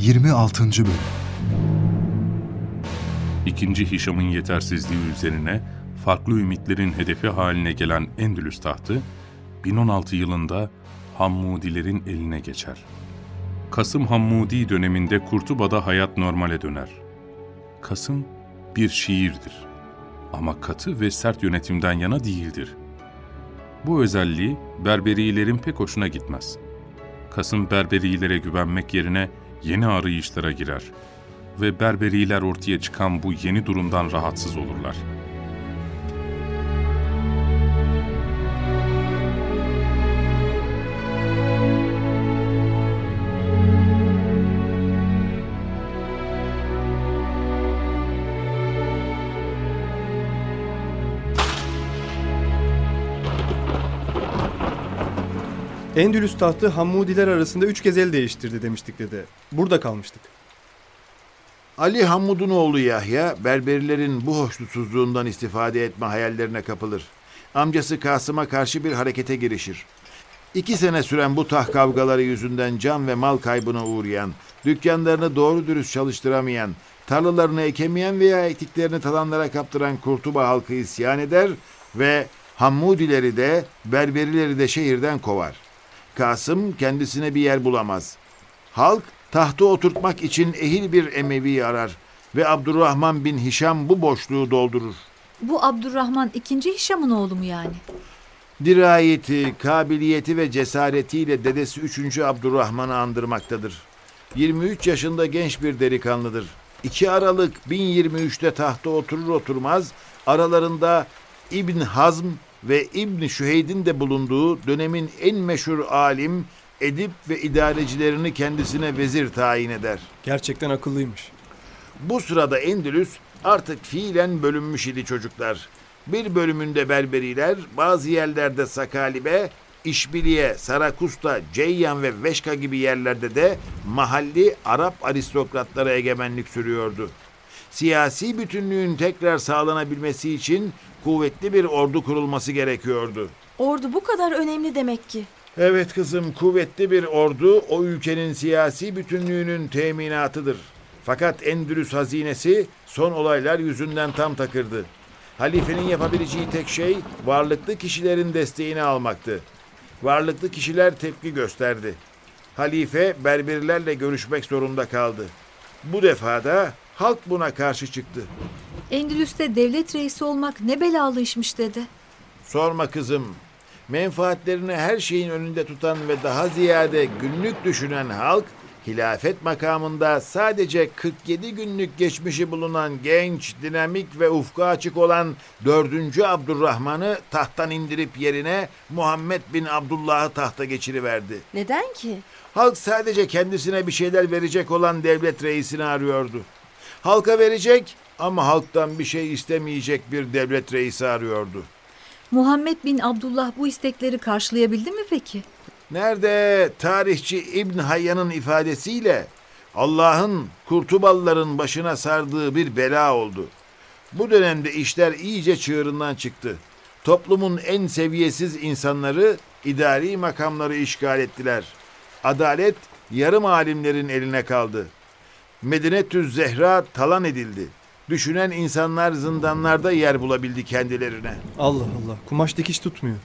26. Bölüm. İkinci Hişam'ın yetersizliği üzerine farklı ümitlerin hedefi haline gelen Endülüs tahtı, 1016 yılında Hammudilerin eline geçer. Kasım Hammudi döneminde Kurtuba'da hayat normale döner. Kasım bir şiirdir ama katı ve sert yönetimden yana değildir. Bu özelliği Berberilerin pek hoşuna gitmez. Kasım Berberilere güvenmek yerine yeni arayışlara girer ve Berberiler ortaya çıkan bu yeni durumdan rahatsız olurlar. Endülüs tahtı Hammudiler arasında 3 kez el değiştirdi demiştik dede. Burada kalmıştık. Ali Hammud'un oğlu Yahya, Berberilerin bu hoşnutsuzluğundan istifade etme hayallerine kapılır. Amcası Kasım'a karşı bir harekete girişir. 2 sene süren bu taht kavgaları yüzünden can ve mal kaybına uğrayan, dükkanlarını doğru dürüst çalıştıramayan, tarlalarını ekemeyen veya ektiklerini talanlara kaptıran Kurtuba halkı isyan eder ve Hammudileri de Berberileri de şehirden kovar. Kasım kendisine bir yer bulamaz. Halk tahta oturtmak için ehil bir Emevi arar ve Abdurrahman bin Hişam bu boşluğu doldurur. Bu Abdurrahman II. Hişam'ın oğlu mu yani? Dirayeti, kabiliyeti ve cesaretiyle dedesi 3. Abdurrahman'ı andırmaktadır. 23 yaşında genç bir delikanlıdır. 2 Aralık 1023'te tahta oturur oturmaz aralarında İbn Hazm ve İbn Şüheyd'in de bulunduğu dönemin en meşhur alim, edip ve idarecilerini kendisine vezir tayin eder. Gerçekten akıllıymış. Bu sırada Endülüs artık fiilen bölünmüş idi çocuklar. Bir bölümünde Berberiler, bazı yerlerde Sakalibe, İşbiliye, Sarakusta, Ceyyan ve Veşka gibi yerlerde de mahalli Arap aristokratlara egemenlik sürüyordu. Siyasi bütünlüğün tekrar sağlanabilmesi için kuvvetli bir ordu kurulması gerekiyordu. Ordu bu kadar önemli demek ki. Evet kızım, kuvvetli bir ordu o ülkenin siyasi bütünlüğünün teminatıdır. Fakat Endülüs hazinesi son olaylar yüzünden tam takırdı. Halifenin yapabileceği tek şey varlıklı kişilerin desteğini almaktı. Varlıklı kişiler tepki gösterdi. Halife Berberilerle görüşmek zorunda kaldı. Bu defada halk buna karşı çıktı. Endülüs'te devlet reisi olmak ne belalı işmiş dede. Sorma kızım. Menfaatlerini her şeyin önünde tutan ve daha ziyade günlük düşünen halk, hilafet makamında sadece 47 günlük geçmişi bulunan genç, dinamik ve ufku açık olan 4. Abdurrahman'ı tahttan indirip yerine Muhammed bin Abdullah'ı tahta geçiriverdi. Neden ki? Halk sadece kendisine bir şeyler verecek olan devlet reisini arıyordu. Halka verecek ama halktan bir şey istemeyecek bir devlet reisi arıyordu. Muhammed bin Abdullah bu istekleri karşılayabildi mi peki? Nerede tarihçi İbn Hayyan'ın ifadesiyle Allah'ın Kurtubalıların başına sardığı bir bela oldu. Bu dönemde işler iyice çığırından çıktı. Toplumun en seviyesiz insanları idari makamları işgal ettiler. Adalet yarım alimlerin eline kaldı. Medinetüz Zehra talan edildi. Düşünen insanlar zindanlarda yer bulabildi kendilerine. Allah Allah, kumaş dikiş tutmuyor.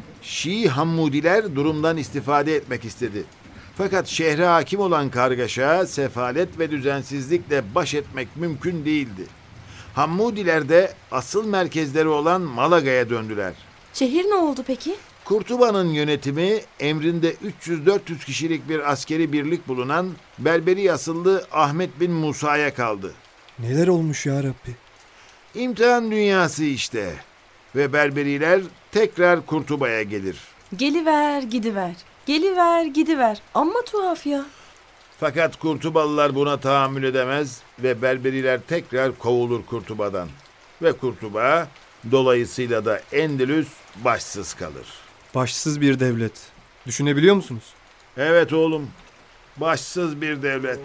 Şii Hammudiler durumdan istifade etmek istedi. Fakat şehre hakim olan kargaşa, sefalet ve düzensizlikle baş etmek mümkün değildi. Hammudiler de asıl merkezleri olan Malaga'ya döndüler. Şehir ne oldu peki? Kurtuba'nın yönetimi emrinde 300-400 kişilik bir askeri birlik bulunan Berberi asıllı Ahmet bin Musa'ya kaldı. Neler olmuş ya Rabbi? İmtihan dünyası işte. Ve Berberiler tekrar Kurtuba'ya gelir. Geliver gidiver. Geliver gidiver. Amma tuhaf ya. Fakat Kurtubalılar buna tahammül edemez ve Berberiler tekrar kovulur Kurtuba'dan. Ve Kurtuba dolayısıyla da Endülüs başsız kalır. Başsız bir devlet. Düşünebiliyor musunuz? Evet oğlum, başsız bir devlet.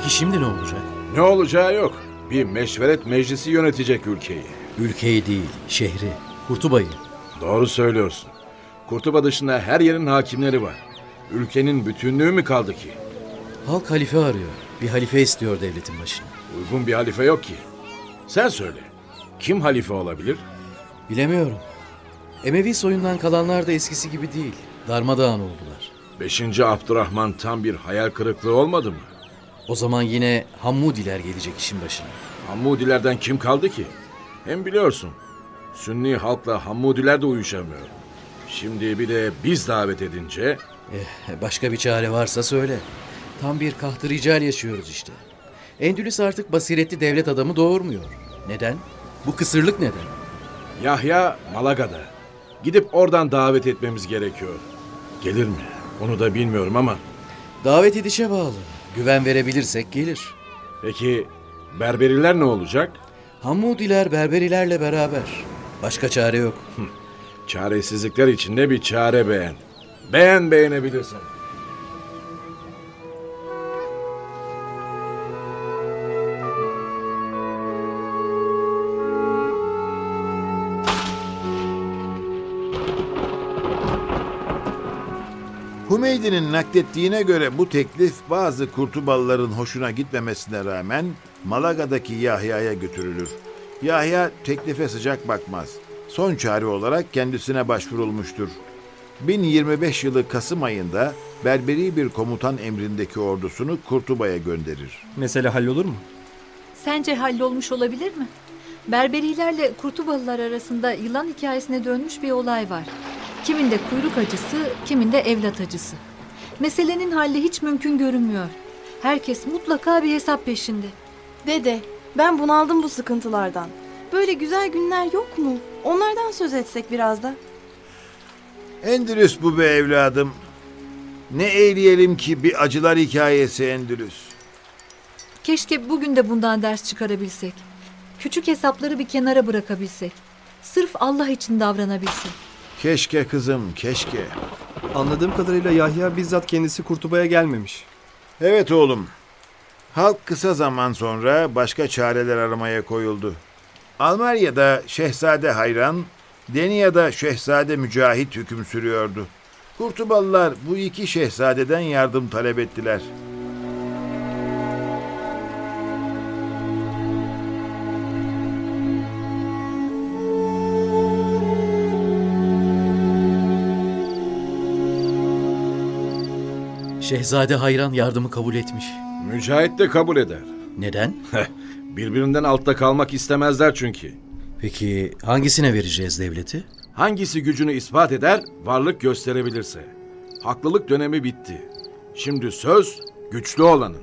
Peki şimdi ne olacak? Ne olacağı yok. Bir meşveret meclisi yönetecek ülkeyi. Ülkeyi değil, şehri, Kurtuba'yı. Doğru söylüyorsun. Kurtuba dışında her yerin hakimleri var. Ülkenin bütünlüğü mü kaldı ki? Halk halife arıyor. Bir halife istiyor devletin başına. Uygun bir halife yok ki. Sen söyle. Kim halife olabilir? Bilemiyorum. Emevi soyundan kalanlar da eskisi gibi değil. Darmadağın oldular. 5. Abdurrahman tam bir hayal kırıklığı olmadı mı? O zaman yine Hammudiler gelecek işin başına. Hammudilerden kim kaldı ki? Hem biliyorsun, Sünni halkla Hammudiler de uyuşamıyor. Şimdi bir de biz davet edince... Başka bir çare varsa söyle. Tam bir kahtı rical yaşıyoruz işte. Endülüs artık basiretli devlet adamı doğurmuyor. Neden? Bu kısırlık neden? Yahya Malaga'da. Gidip oradan davet etmemiz gerekiyor. Gelir mi? Onu da bilmiyorum ama... Davet edişe bağlı. Güven verebilirsek gelir. Peki Berberiler ne olacak? Hammudiler Berberilerle beraber. Başka çare yok. Çaresizlikler içinde bir çare beğen. Beğenebilirsin. Hümeydi'nin naklettiğine göre bu teklif bazı Kurtubalıların hoşuna gitmemesine rağmen Malaga'daki Yahya'ya götürülür. Yahya teklife sıcak bakmaz. Son çare olarak kendisine başvurulmuştur. 1025 yılı Kasım ayında Berberi bir komutan emrindeki ordusunu Kurtuba'ya gönderir. Mesele hallolur mu? Sence hallolmuş olabilir mi? Berberilerle Kurtubalılar arasında yılan hikayesine dönmüş bir olay var. Kiminde kuyruk acısı, kiminde evlat acısı. Meselenin halli hiç mümkün görünmüyor. Herkes mutlaka bir hesap peşinde. Dede, ben bunaldım bu sıkıntılardan. Böyle güzel günler yok mu? Onlardan söz etsek biraz da. Endülüs bu be evladım. Ne eyleyelim ki bir acılar hikayesi Endülüs. Keşke bugün de bundan ders çıkarabilsek. Küçük hesapları bir kenara bırakabilsek. Sırf Allah için davranabilsek. Keşke kızım, keşke. Anladığım kadarıyla Yahya bizzat kendisi Kurtuba'ya gelmemiş. Evet oğlum. Halk kısa zaman sonra başka çareler aramaya koyuldu. Almanya'da Şehzade Hayran, Denia'da Şehzade Mücahit hüküm sürüyordu. Kurtubalılar bu iki şehzadeden yardım talep ettiler. Şehzade Hayran yardımı kabul etmiş. Mücahit de kabul eder. Neden? Birbirinden altta kalmak istemezler çünkü. Peki hangisine vereceğiz devleti? Hangisi gücünü ispat eder, varlık gösterebilirse. Haklılık dönemi bitti. Şimdi söz güçlü olanın.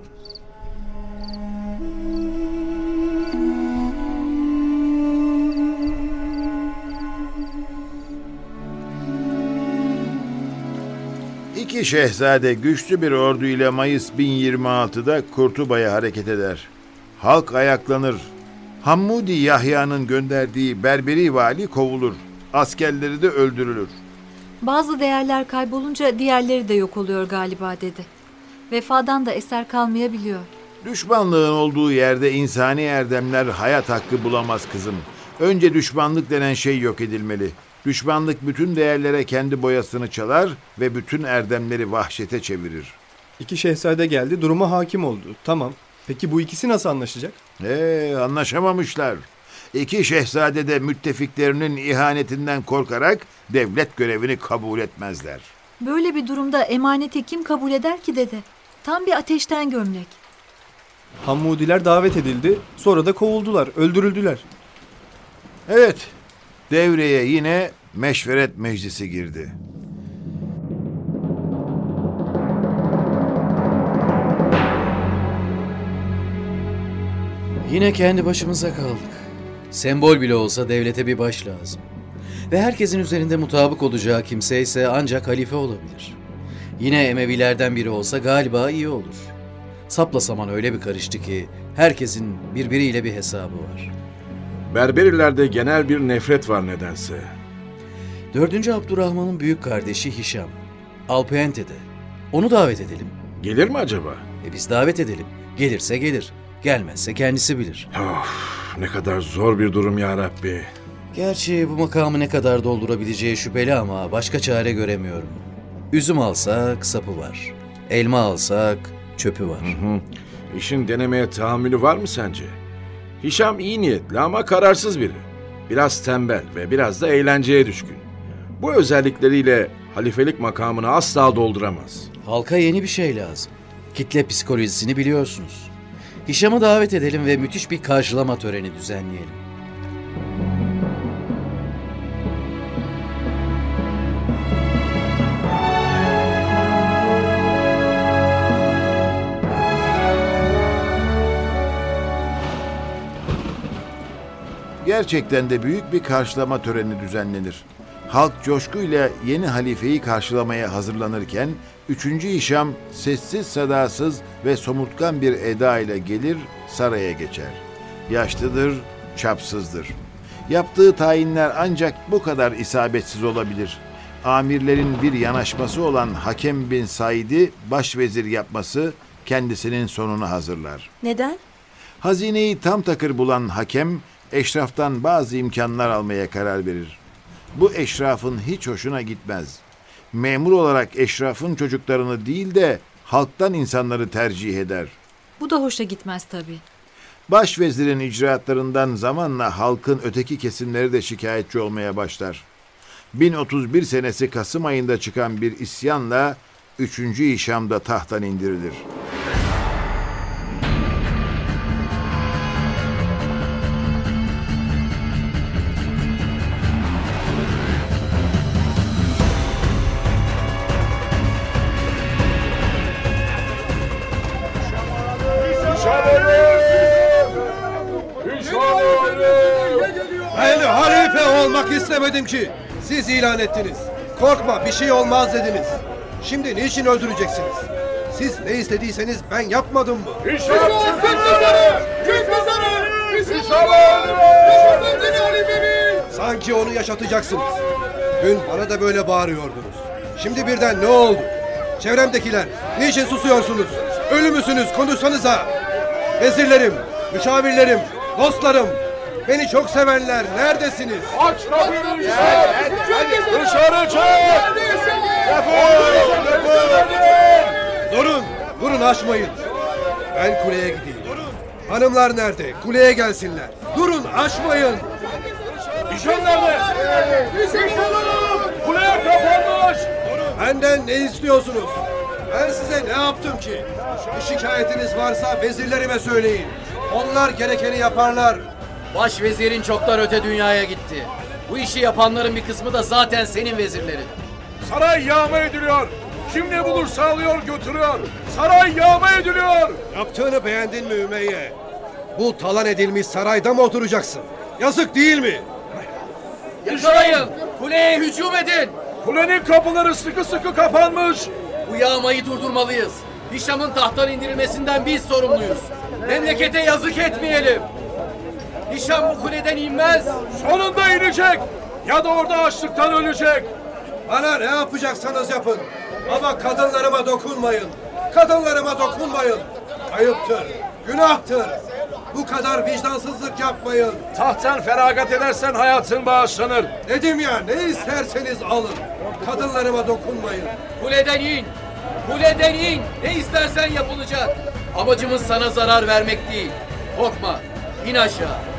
İki şehzade güçlü bir ordu ile Mayıs 1026'da Kurtuba'ya hareket eder. Halk ayaklanır. Hammudi Yahya'nın gönderdiği Berberi vali kovulur. Askerleri de öldürülür. Bazı değerler kaybolunca diğerleri de yok oluyor galiba dedi. Vefadan da eser kalmayabiliyor. Düşmanlığın olduğu yerde insani erdemler hayat hakkı bulamaz kızım. Önce düşmanlık denen şey yok edilmeli. Düşmanlık bütün değerlere kendi boyasını çalar ve bütün erdemleri vahşete çevirir. İki şehzade geldi, duruma hakim oldu. Tamam. Peki bu ikisi nasıl anlaşacak? Anlaşamamışlar. İki şehzade de müttefiklerinin ihanetinden korkarak devlet görevini kabul etmezler. Böyle bir durumda emaneti kim kabul eder ki dede? Tam bir ateşten gömlek. Hammudiler davet edildi, sonra da kovuldular, öldürüldüler. Evet, devreye yine meşveret meclisi girdi. Yine kendi başımıza kaldık. Sembol bile olsa devlete bir baş lazım. Ve herkesin üzerinde mutabık olacağı kimse ise ancak halife olabilir. Yine Emevilerden biri olsa galiba iyi olur. Sapla saman öyle bir karıştı ki herkesin birbiriyle bir hesabı var. Berberilerde genel bir nefret var nedense. 4. Abdurrahman'ın büyük kardeşi Hişam. Alpuente'de. Onu davet edelim. Gelir mi acaba? Biz davet edelim. Gelirse gelir, gelmezse kendisi bilir. Ne kadar zor bir durum ya Rabbi. Gerçi bu makamı ne kadar doldurabileceği şüpheli ama başka çare göremiyorum. Üzüm alsak sapı var. Elma alsak çöpü var. İşin denemeye tahammülü var mı sence? Hişam iyi niyetli ama kararsız biri. Biraz tembel ve biraz da eğlenceye düşkün. Bu özellikleriyle halifelik makamını asla dolduramaz. Halka yeni bir şey lazım. Kitle psikolojisini biliyorsunuz. Hişam'ı davet edelim ve müthiş bir karşılama töreni düzenleyelim. Gerçekten de büyük bir karşılama töreni düzenlenir. Halk coşkuyla yeni halifeyi karşılamaya hazırlanırken 3. Hişam sessiz sedasız ve somurtkan bir eda ile gelir saraya geçer. Yaşlıdır, çapsızdır. Yaptığı tayinler ancak bu kadar isabetsiz olabilir. Amirlerin bir yanaşması olan Hakem bin Said'i başvezir yapması kendisinin sonunu hazırlar. Neden? Hazineyi tam takır bulan hakem, eşraftan bazı imkanlar almaya karar verir. Bu eşrafın hiç hoşuna gitmez. Memur olarak eşrafın çocuklarını değil de halktan insanları tercih eder. Bu da hoşa gitmez tabii. Başvezirin icraatlarından zamanla halkın öteki kesimleri de şikayetçi olmaya başlar. 1031 senesi Kasım ayında çıkan bir isyanla 3. Hişam da tahttan indirilir. Ben halife olmak istemedim ki. Siz ilan ettiniz. Korkma, bir şey olmaz dediniz. Şimdi niçin öldüreceksiniz? Siz ne istediyseniz ben yapmadım mı? Sanki onu yaşatacaksınız. Dün bana da böyle bağırıyordunuz. Şimdi birden ne oldu? Çevremdekiler, niçin susuyorsunuz? Ölü müsünüz? Konuşsanıza. Vezirlerim, müşavirlerim, dostlarım, beni çok sevenler, neredesiniz? Aç kapıyı dışarı çık! Durun açmayın. Ben kuleye gideyim. Hanımlar nerede? Kuleye gelsinler. Durun açmayın. Hişam nerede? Kuleye kapanmış! Benden ne istiyorsunuz? Ben size ne yaptım ki? Bir şikayetiniz varsa vezirlerime söyleyin. Onlar gerekeni yaparlar. Başvezirin çoktan öte dünyaya gitti. Bu işi yapanların bir kısmı da zaten senin vezirlerin. Saray yağma ediliyor. Kim ne bulursa alıyor götürüyor. Saray yağma ediliyor. Yaptığını beğendin mi Ümeyye? Bu talan edilmiş sarayda mı oturacaksın? Yazık değil mi? Yakalayın! Kuleye hücum edin! Kulenin kapıları sıkı sıkı kapanmış. Bu yağmayı durdurmalıyız. Hişam'ın tahttan indirilmesinden biz sorumluyuz. Memlekete yazık etmeyelim. Hişam bu kuleden inmez. Sonunda inecek. Ya da orada açlıktan ölecek. Bana ne yapacaksanız yapın. Ama kadınlarıma dokunmayın. Kadınlarıma dokunmayın. Ayıptır, günahtır. Bu kadar vicdansızlık yapmayın. Tahttan feragat edersen hayatın bağışlanır. Dedim ya, ne isterseniz alın. Kadınlarıma dokunmayın. Kuleden in. Kuleden in. Ne istersen yapılacak. Amacımız sana zarar vermek değil. Korkma. İn aşağı.